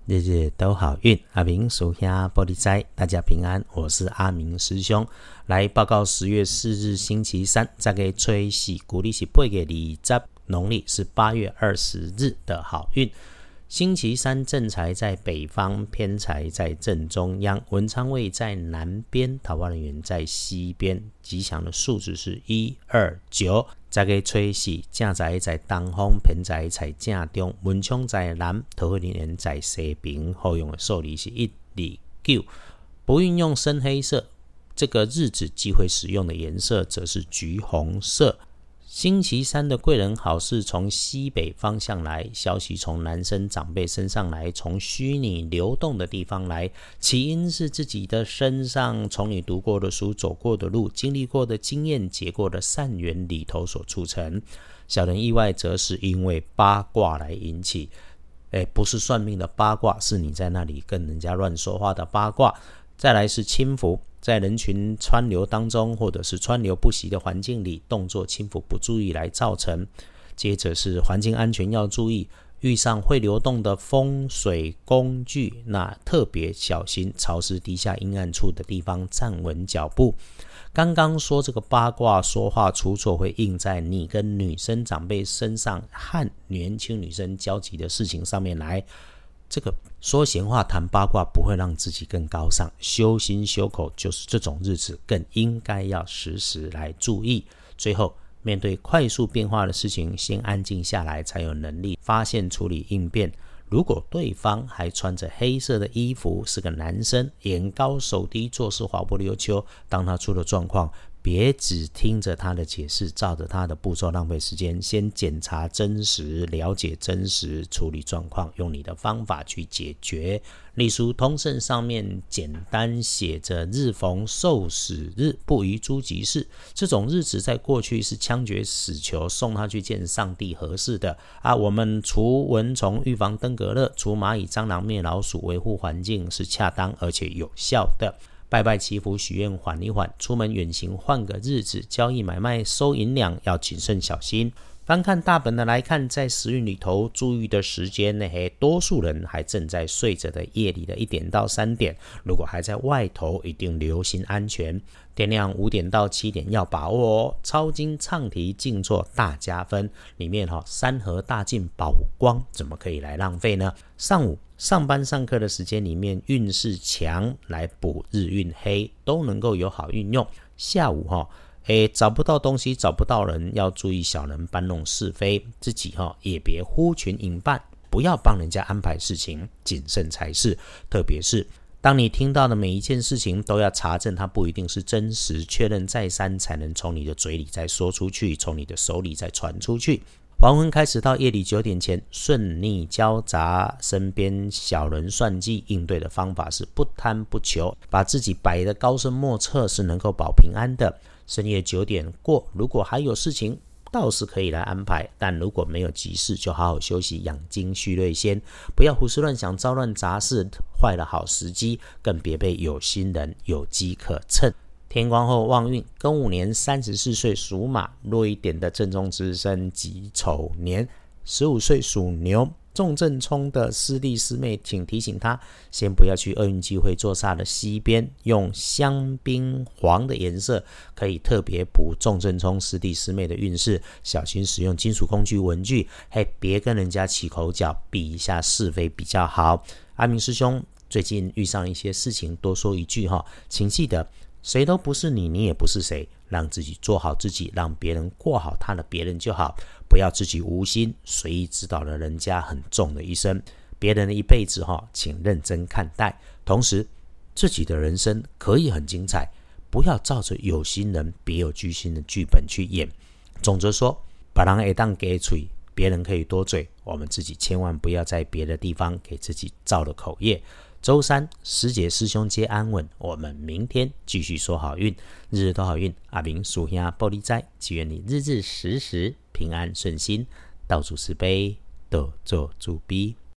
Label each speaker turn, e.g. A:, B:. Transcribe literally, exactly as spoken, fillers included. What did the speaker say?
A: 日日都好运，阿明属下玻璃斋，大家平安，我是阿明师兄，来报告十月四日星期三，这个吹喜古历是八月二十，农历是八月二十日的好运。星期三正财在北方，偏财在正中央，文昌位在南边，桃花人员在西边，吉祥的数字是一二九。这个吹喜正财在东方，偏财在正中，文昌在南，桃花人员在西边，后用的数字是一二九。不运用深黑色，这个日子忌讳使用的颜色则是橘红色。星期三的贵人好事从西北方向来，消息从男生长辈身上来，从虚拟流动的地方来，起因是自己的身上，从你读过的书、走过的路、经历过的经验、结过的善缘里头所促成。小人意外则是因为八卦来引起，诶，不是算命的八卦，是你在那里跟人家乱说话的八卦。再来是轻浮，在人群川流当中，或者是川流不息的环境里，动作轻浮不注意来造成。接着是环境安全要注意，遇上会流动的风水工具，那特别小心潮湿低下阴暗处的地方站稳脚步。刚刚说这个八卦说话出错会印在你跟女生长辈身上和年轻女生交集的事情上面来，这个说闲话谈八卦不会让自己更高尚，修心修口就是这种日子更应该要时时来注意。最后面对快速变化的事情，先安静下来，才有能力发现处理应变。如果对方还穿着黑色的衣服，是个男生，眼高手低，做事滑不溜秋，当他出了状况，别只听着他的解释，照着他的步骤浪费时间，先检查真实，了解真实，处理状况，用你的方法去解决。例如通胜上面简单写着日逢受死日，不宜诸吉事，这种日子在过去是枪决死囚，送他去见上帝合适的啊。我们除蚊虫预防登革热，除蚂蚁蟑螂灭老鼠，维护环境是恰当而且有效的。拜拜祈福许愿缓一缓，出门远行换个日子，交易买卖收银两要谨慎小心。翻看大本的来看，在时运里头注意的时间呢，多数人还正在睡着的夜里的一点到三点，如果还在外头，一定留心安全。天亮五点到七点要把握哦。抄经唱题静坐大加分，里面哈、哦、山河大进宝光，怎么可以来浪费呢？上午上班上课的时间里面，运势强来补日运黑，都能够有好运用。下午哈、哦。诶，找不到东西，找不到人，要注意小人搬弄是非，自己哈、哦、也别呼群引伴，不要帮人家安排事情，谨慎才是。特别是当你听到的每一件事情，都要查证它不一定是真实，确认再三才能从你的嘴里再说出去，从你的手里再传出去。黄昏开始到夜里九点前，顺逆交杂，身边小人算计，应对的方法是不贪不求，把自己摆得高深莫测，是能够保平安的。深夜九点过，如果还有事情，倒是可以来安排，但如果没有急事，就好好休息，养精蓄锐先，不要胡思乱想，招乱杂事，坏了好时机，更别被有心人有机可乘。天光后旺运，庚午年三十四岁属马，弱一点的正中之身己丑年，十五岁属牛。重正冲的师弟师妹，请提醒他先不要去厄运机会坐煞的西边，用香槟黄的颜色可以特别补重正冲师弟师妹的运势，小心使用金属工具文具，嘿，别跟人家起口角，避一下是非比较好。阿明师兄最近遇上一些事情，多说一句哈，请记得谁都不是你，你也不是谁，让自己做好自己，让别人过好他的别人就好，不要自己无心随意指导了人家很重的一生。别人的一辈子请认真看待，同时自己的人生可以很精彩，不要照着有心人别有居心的剧本去演。总之说，别人会当给嘴，别人可以多嘴，我们自己千万不要在别的地方给自己造了口业。周三师姐师兄皆安稳，我们明天继续说好运，日日都好运。阿明属下玻璃斋，祈愿你日日时时平安顺心，道主慈悲，多做主逼。